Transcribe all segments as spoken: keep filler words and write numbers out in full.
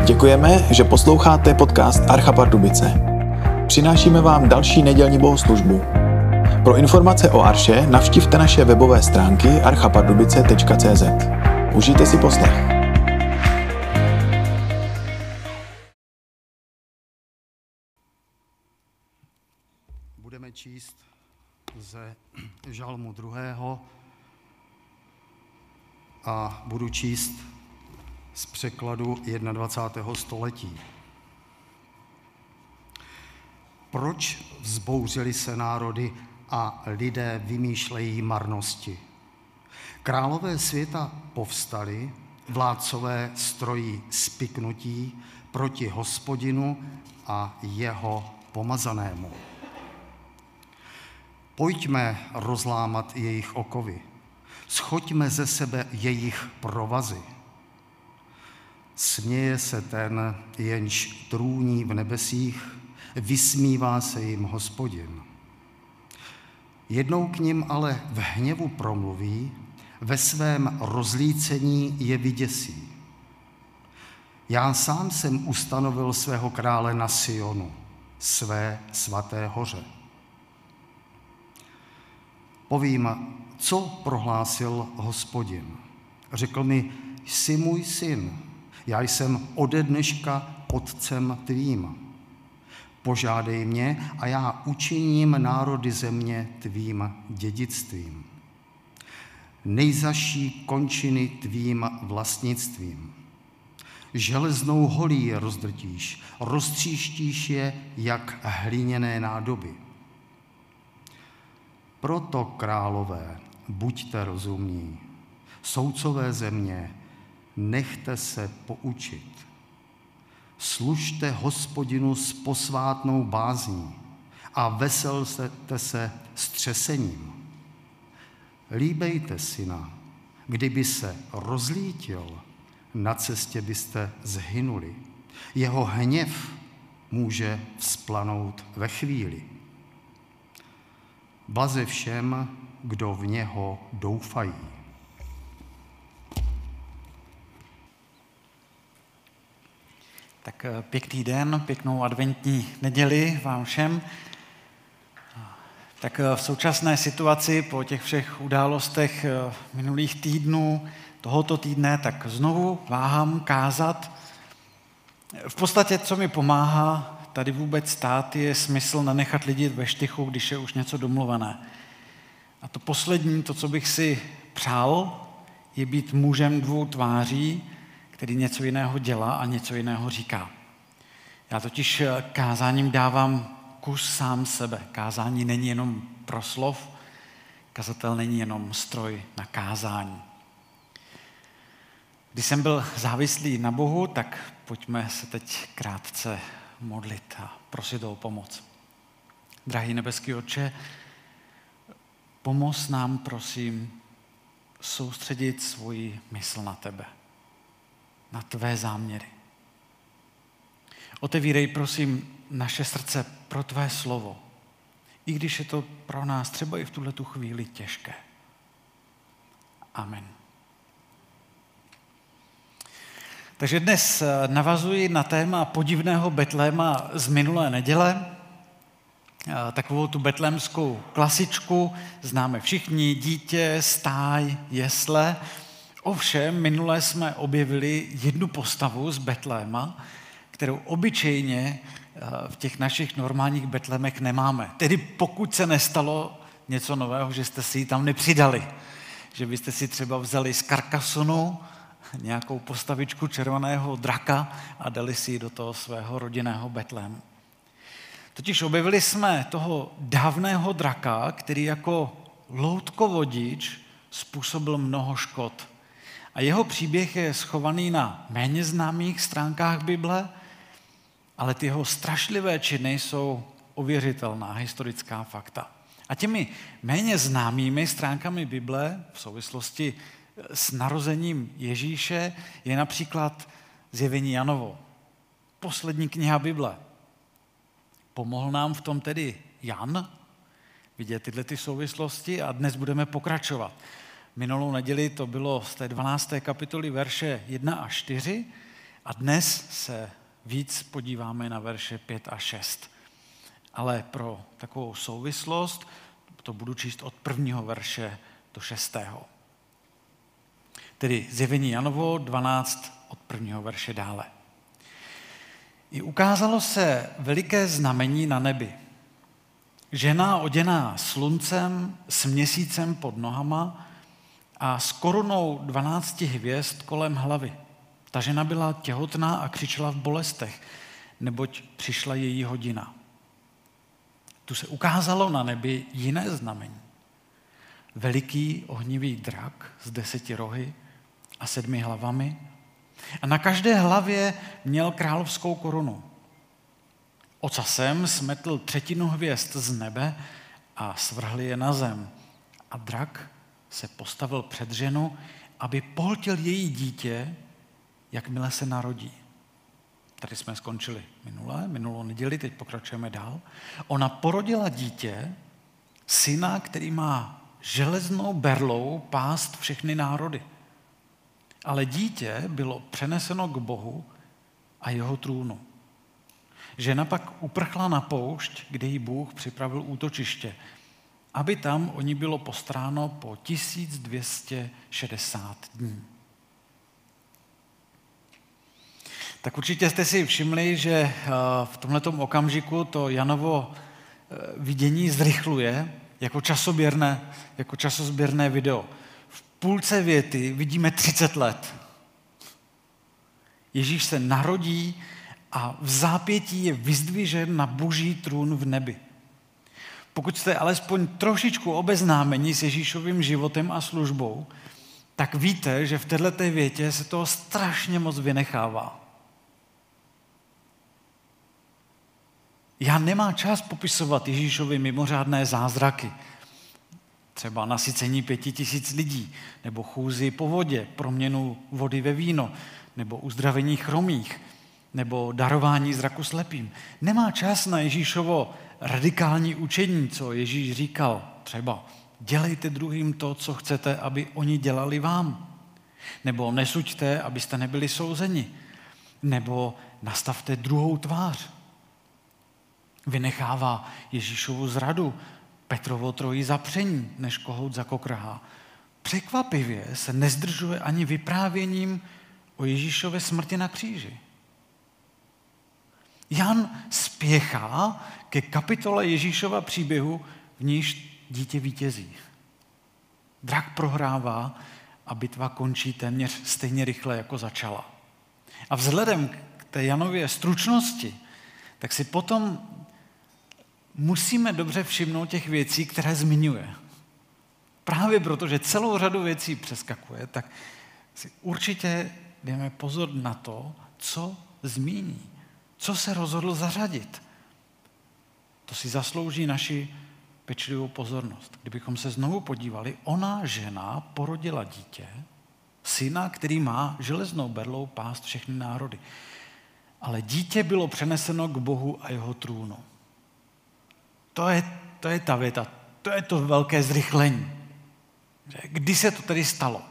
Děkujeme, že posloucháte podcast Archa Pardubice. Přinášíme vám další nedělní bohoslužbu. Pro informace o Arše navštivte naše webové stránky archa pardubice tečka cé zet. Užijte si poslech. Budeme číst ze žalmu druhého a budu číst z překladu dvacátého prvního století. Proč vzbouřily se národy a lidé vymýšlejí marnosti? Králové světa povstali, vládcové strojí spiknutí proti Hospodinu a jeho pomazanému. Pojďme rozlámat jejich okovy, schoďme ze sebe jejich provazy. Směje se ten, jenž trůní v nebesích, vysmívá se jim Hospodin. Jednou k nim ale v hněvu promluví, ve svém rozlícení je vyděsí. Já sám jsem ustanovil svého krále na Sionu, své svaté hoře. Povím, co prohlásil Hospodin. Řekl mi, jsi můj syn, já jsem ode dneška otcem tvým. Požádej mě a já učiním národy země tvým dědictvím. Nejzaší končiny tvým vlastnictvím. Železnou holí je rozdrtíš, roztříštíš je jak hliněné nádoby. Proto, králové, buďte rozumní, soudcové země, nechte se poučit. Služte Hospodinu s posvátnou bázní a veselte se s třesením. Líbejte syna, kdyby se rozlítil, na cestě byste zhynuli. Jeho hněv může vzplanout ve chvíli. Blaze všem, kdo v něho doufají. Tak pěkný den, pěknou adventní neděli vám všem. Tak v současné situaci po těch všech událostech minulých týdnů, tohoto týdne, tak znovu váhám kázat. V podstatě, co mi pomáhá tady vůbec stát, je smysl nenechat lidi ve štychu, když je už něco domluvené. A to poslední, to, co bych si přál, je být mužem dvou tváří, který něco jiného dělá a něco jiného říká. Já totiž kázáním dávám kus sám sebe. Kázání není jenom proslov, kazatel není jenom stroj na kázání. Když jsem byl závislý na Bohu, tak pojďme se teď krátce modlit a prosit o pomoc. Drahý nebeský Otče, pomoz nám, prosím, soustředit svoji mysl na tebe, na tvé záměry. Otevírej, prosím, naše srdce pro tvé slovo, i když je to pro nás třeba i v tuhletu chvíli těžké. Amen. Takže dnes navazuji na téma podivného Betléma z minulé neděle. Takovou tu betlémskou klasičku známe všichni, dítě, stáj, jesle. Ovšem, minule jsme objevili jednu postavu z Betléma, kterou obyčejně v těch našich normálních Betlémech nemáme. Tedy pokud se nestalo něco nového, že jste si ji tam nepřidali. Že byste si třeba vzali z Carcassonu nějakou postavičku červeného draka a dali si ji do toho svého rodinného Betlému. Totiž objevili jsme toho dávného draka, který jako loutkovodič způsobil mnoho škod. A jeho příběh je schovaný na méně známých stránkách Bible, ale ty jeho strašlivé činy jsou ověřitelná historická fakta. A těmi méně známými stránkami Bible v souvislosti s narozením Ježíše je například Zjevení Janovo, poslední kniha Bible. Pomohl nám v tom tedy Jan vidět tyhle ty souvislosti a dnes budeme pokračovat. Minulou neděli to bylo z té dvanácté kapitoly verše jedna až čtyři A dnes se víc podíváme na verše pět a šest. Ale pro takovou souvislost to budu číst od prvního verše do šestého. Tedy Zjevení Janovo dvanáct od prvního verše dále. I ukázalo se veliké znamení na nebi. Žena oděná sluncem s měsícem pod nohama a s korunou dvanácti hvězd kolem hlavy. Ta žena byla těhotná a křičela v bolestech, neboť přišla její hodina. Tu se ukázalo na nebi jiné znamení. Veliký ohnivý drak s deseti rohy a sedmi hlavami a na každé hlavě měl královskou korunu. Ocasem smetl třetinu hvězd z nebe a svrhl je na zem. A drak se postavil před ženu, aby pohltil její dítě, jakmile se narodí. Tady jsme skončili minule, minulou neděli, teď pokračujeme dál. Ona porodila dítě, syna, který má železnou berlou pást všechny národy. Ale dítě bylo přeneseno k Bohu a jeho trůnu. Žena pak uprchla na poušť, kde jí Bůh připravil útočiště, aby tam o ní bylo postráno po tisíc dvě stě šedesát dní. Tak určitě jste si všimli, že v tomhletom okamžiku to Janovo vidění zrychluje jako časoběrné, jako časozběrné video. V půlce věty vidíme třicet let. Ježíš se narodí a v zápětí je vyzdvižen na boží trůn v nebi. Pokud jste alespoň trošičku obeznámeni s Ježíšovým životem a službou, tak víte, že v této větě se toho strašně moc vynechává. Já nemám čas popisovat Ježíšovi mimořádné zázraky. Třeba nasycení pěti tisíc lidí, nebo chůzi po vodě, proměnu vody ve víno, nebo uzdravení chromých, nebo darování zraku slepým. Nemá čas na Ježíšovo radikální učení, co Ježíš říkal. Třeba dělejte druhým to, co chcete, aby oni dělali vám. Nebo nesuďte, abyste nebyli souzeni. Nebo nastavte druhou tvář. Vynechává Ježíšovu zradu, Petrovo trojí zapření, než kohout zakokrhá. Překvapivě se nezdržuje ani vyprávěním o Ježíšově smrti na kříži. Jan spěchá ke kapitole Ježíšova příběhu, v níž dítě vítězí. Drak prohrává a bitva končí téměř stejně rychle, jako začala. A vzhledem k té Janově stručnosti, tak si potom musíme dobře všimnout těch věcí, které zmiňuje. Právě proto, že celou řadu věcí přeskakuje, tak si určitě dejme pozor na to, co zmíní, co se rozhodl zařadit. To si zaslouží naši pečlivou pozornost. Kdybychom se znovu podívali, ona, žena, porodila dítě, syna, který má železnou berlou pást všechny národy. Ale dítě bylo přeneseno k Bohu a jeho trůnu. To je, to je ta věta, to je to velké zrychlení. Kdy se to tedy stalo?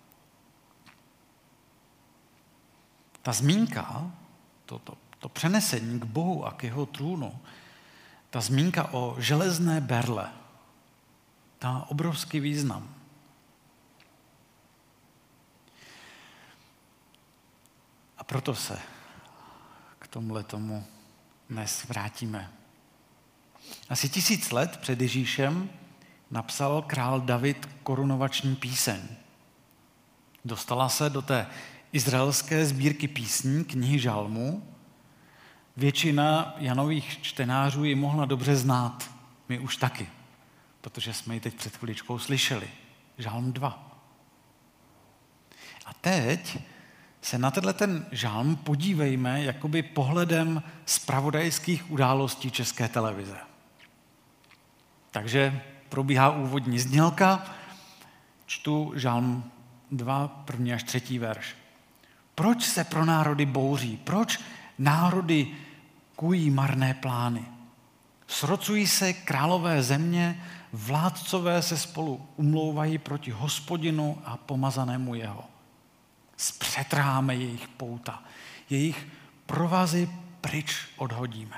Ta zmínka, to, to, to přenesení k Bohu a k jeho trůnu, ta zmínka o železné berle, ta má obrovský význam. A proto se k tomuhletomu dnes vrátíme. Asi tisíc let před Ježíšem napsal král David korunovační píseň. Dostala se do té izraelské sbírky písní, knihy žalmů. Většina Janových čtenářů ji mohla dobře znát. My už taky, protože jsme ji teď před chviličkou slyšeli. Žalm dva. A teď se na tenhle ten žalm podívejme jakoby pohledem zpravodajských událostí České televize. Takže probíhá úvodní znělka, čtu žalm dva, první až třetí verš. Proč se pro národy bouří? Proč národy kují marné plány? Srocují se králové země, vládcové se spolu umlouvají proti Hospodinu a pomazanému jeho. Zpřetrháme jejich pouta, jejich provazy pryč odhodíme.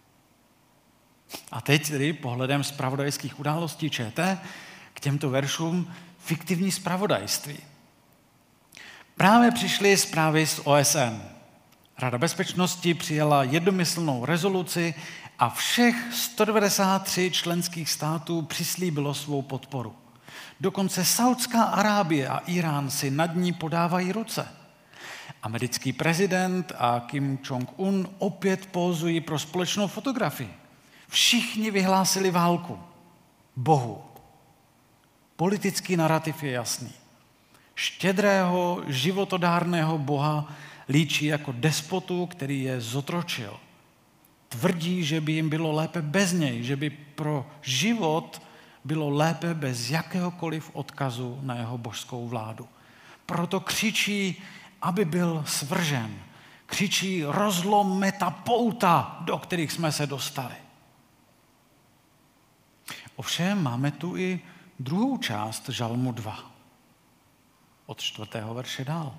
A teď tedy pohledem zpravodajských událostí ČT k těmto veršům fiktivní zpravodajství. Právě přišly zprávy z O S N. Rada bezpečnosti přijala jednomyslnou rezoluci a všech sto devadesát tři členských států přislíbilo svou podporu. Dokonce Saudská Arábie a Irán si nad ní podávají ruce. Americký prezident a Kim Jong-un opět pózují pro společnou fotografii. Všichni vyhlásili válku Bohu. Politický narrativ je jasný. Štědrého, životodárného Boha líčí jako despotu, který je zotročil. Tvrdí, že by jim bylo lépe bez něj, že by pro život bylo lépe bez jakéhokoliv odkazu na jeho božskou vládu. Proto křičí, aby byl svržen. Křičí, rozlome ta pouta, do kterých jsme se dostali. Ovšem máme tu i druhou část Žalmu dva. Od čtvrtého verše dál.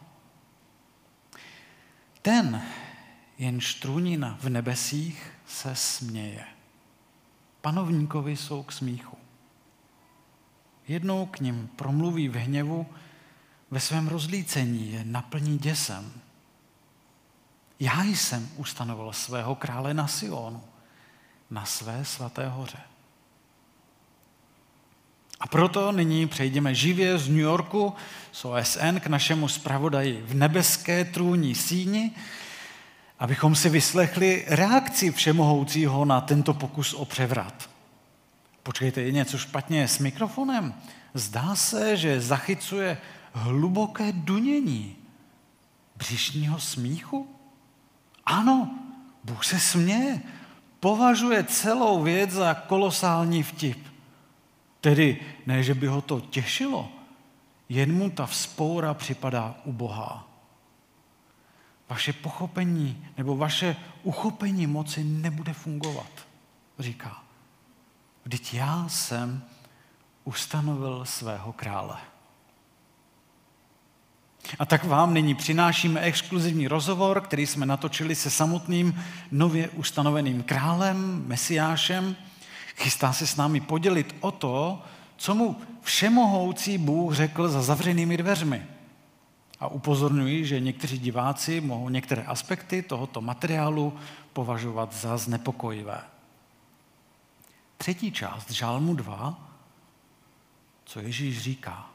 Ten, jenž trůní v nebesích, se směje. Panovníkovi jsou k smíchu. Jednou k nim promluví v hněvu, ve svém rozlícení je naplní děsem. Já jsem ustanovil svého krále na Sionu, na své svaté hoře. A proto nyní přejdeme živě z New Yorku z O S N k našemu zpravodaji v nebeské trůní síni, abychom si vyslechli reakci všemohoucího na tento pokus o převrat. Počkejte, je něco špatně s mikrofonem? Zdá se, že zachycuje hluboké dunění břišního smíchu? Ano, Bůh se směje, považuje celou věc za kolosální vtip. Tedy ne, že by ho to těšilo, jen mu ta vzpoura připadá ubohá. Vaše pochopení nebo vaše uchopení moci nebude fungovat, říká. Vždyť já jsem ustanovil svého krále. A tak vám nyní přinášíme exkluzivní rozhovor, který jsme natočili se samotným nově ustanoveným králem, Mesiášem. Chystá se s námi podělit o to, co mu všemohoucí Bůh řekl za zavřenými dveřmi. A upozorňuji, že někteří diváci mohou některé aspekty tohoto materiálu považovat za znepokojivé. Třetí část Žalmu dva, co Ježíš říká.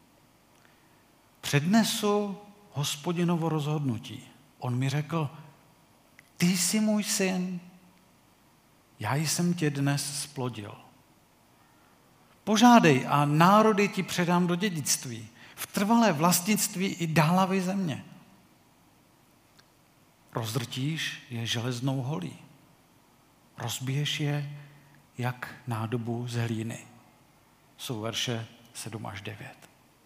Přednesu Hospodinovo rozhodnutí. On mi řekl, ty jsi můj syn, já jsem tě dnes splodil. Požádej a národy ti předám do dědictví, v trvalé vlastnictví i dálavy země. Rozdrtíš je železnou holí. Rozbiješ je jak nádobu z hlíny. Jsou verše sedm až devět.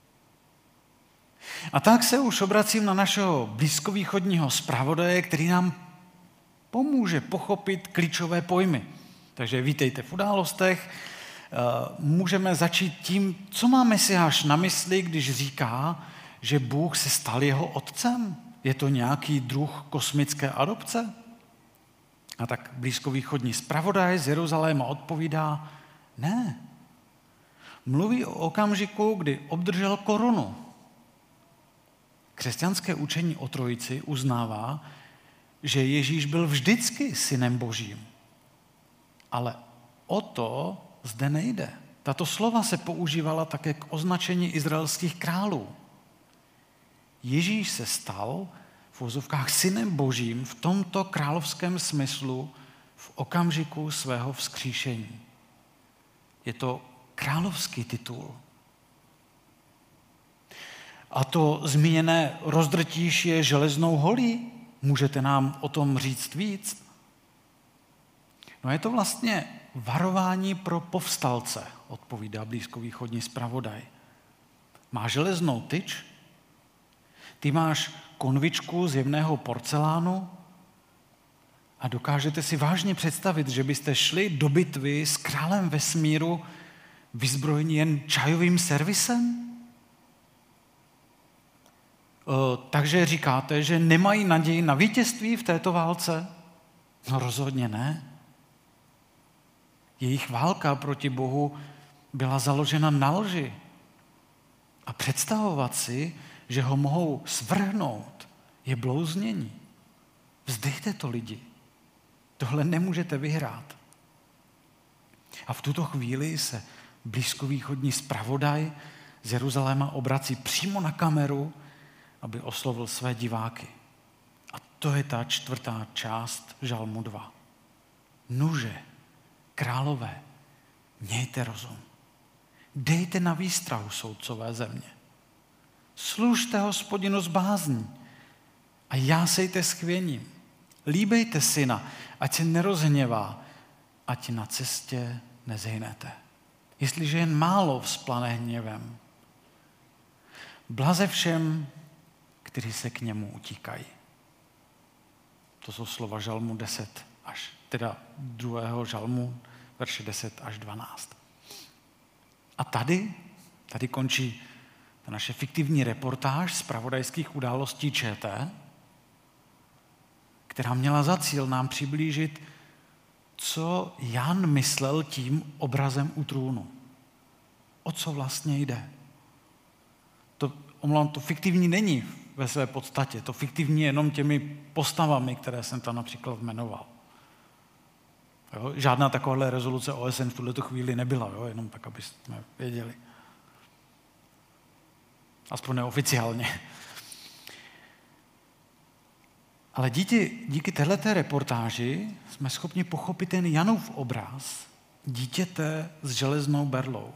A tak se už obracím na našeho blízkovýchodního zpravodaje, který nám pomůže pochopit klíčové pojmy. Takže vítejte v Událostech. Můžeme začít tím, co má Mesiáš na mysli, když říká, že Bůh se stal jeho otcem. Je to nějaký druh kosmické adopce? A tak blízkovýchodní zpravodaj z Jeruzaléma odpovídá, ne. Mluví o okamžiku, kdy obdržel korunu. Křesťanské učení o Trojici uznává, že Ježíš byl vždycky synem Božím. Ale o to zde nejde. Tato slova se používala také k označení izraelských králů. Ježíš se stal v uvozovkách synem Božím v tomto královském smyslu v okamžiku svého vzkříšení. Je to královský titul. A to zmíněné rozdrtíš je železnou holí? Můžete nám o tom říct víc? No je to vlastně varování pro povstalce, odpovídá blízkovýchodní zpravodaj. Má železnou tyč? Ty máš konvičku z jemného porcelánu? A dokážete si vážně představit, že byste šli do bitvy s králem vesmíru vyzbrojeni jen čajovým servisem? takže říkáte, že nemají naději na vítězství v této válce? No rozhodně ne. Jejich válka proti Bohu byla založena na lži. A představovat si, že ho mohou svrhnout, je blouznění. Vzdejte to, lidi. Tohle nemůžete vyhrát. A v tuto chvíli se blízkovýchodní zpravodaj z Jeruzaléma obrací přímo na kameru, aby oslovil své diváky. A to je ta čtvrtá část Žalmu dva. Nuže, králové, mějte rozum. Dejte na výstrahu soudcové země. Služte Hospodinu s bázní a jásejte s chvěním. Líbejte syna, ať se nerozhněvá, ať na cestě nezhynete. Jestliže jen málo vzplane hněvem. Blaze všem, kteří se k němu utíkají. To jsou slova Žalmu deset až, teda druhého Žalmu, verše deset až dvanáct. A tady, tady končí ta naše fiktivní reportáž z zpravodajských událostí ČT, která měla za cíl nám přiblížit, co Jan myslel tím obrazem u trůnu. O co vlastně jde. To, omlouvám, to fiktivní není ve své podstatě. To fiktivní je jenom těmi postavami, které jsem tam například jmenoval. Jo? Žádná takováhle rezoluce O S N v tuto chvíli nebyla, jo? Jenom tak, aby jsme věděli. Aspoň neoficiálně. Ale díky, díky téhleté reportáži jsme schopni pochopit ten Janův obraz dítěte s železnou berlou.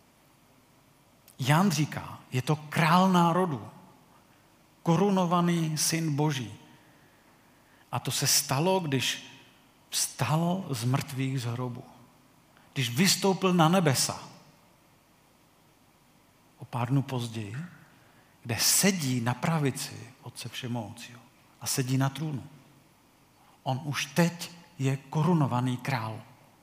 Jan říká, je to král národu, korunovaný syn Boží. A to se stalo, když vstal z mrtvých z hrobu. Když vystoupil na nebesa. O pár dnů později, kde sedí na pravici Otce Všemohoucího a sedí na trůnu. On už teď je korunovaný král.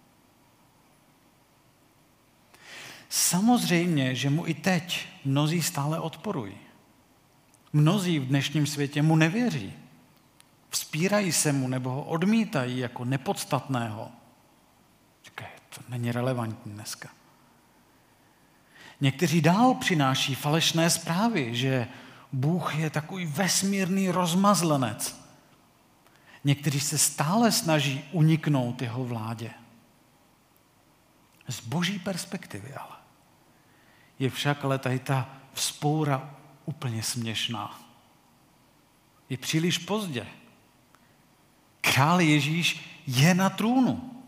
Samozřejmě, že mu i teď mnozí stále odporují. Mnozí v dnešním světě mu nevěří. Vzpírají se mu nebo ho odmítají jako nepodstatného. Říkají, to není relevantní dneska. Někteří dál přináší falešné zprávy, že Bůh je takový vesmírný rozmazlenec. Někteří se stále snaží uniknout jeho vládě. Z boží perspektivy ale. Je však ale tady ta vzpoura úplně směšná. Je příliš pozdě. Král Ježíš je na trůnu.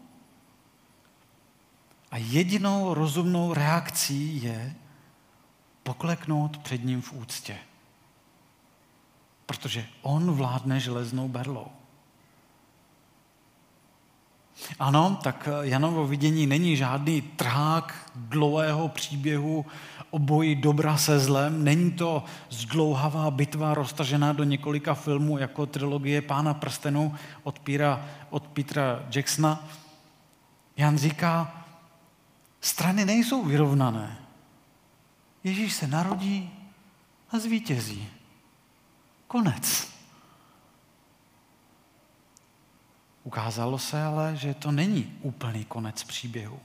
A jedinou rozumnou reakcí je pokleknout před ním v úctě. Protože on vládne železnou berlou. Ano, tak Janovo vidění není žádný trhák dlouhého příběhu o boji dobra se zlem. Není to zdlouhavá bitva roztažená do několika filmů jako trilogie Pána prstenů od, Píra, od Petera Jacksona. Jan říká, strany nejsou vyrovnané. Ježíš se narodí a zvítězí. Konec. Ukázalo se ale, že to není úplný konec příběhu.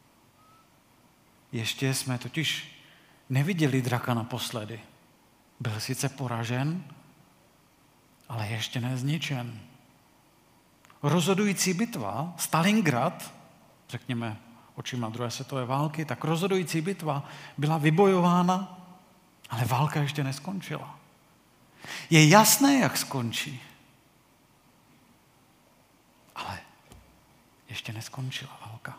Ještě jsme totiž neviděli draka naposledy. Byl sice poražen, ale ještě nezničen. Rozhodující bitva, Stalingrad, řekněme očima druhé světové války, tak rozhodující bitva byla vybojována, ale válka ještě neskončila. Je jasné, jak skončí. Ale ještě neskončila válka.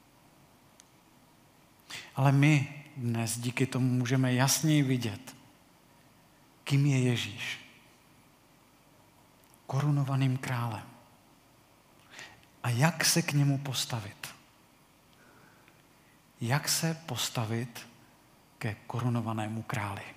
Ale my dnes díky tomu můžeme jasněji vidět, kým je Ježíš. Korunovaným králem. A jak se k němu postavit? Jak se postavit ke korunovanému králi?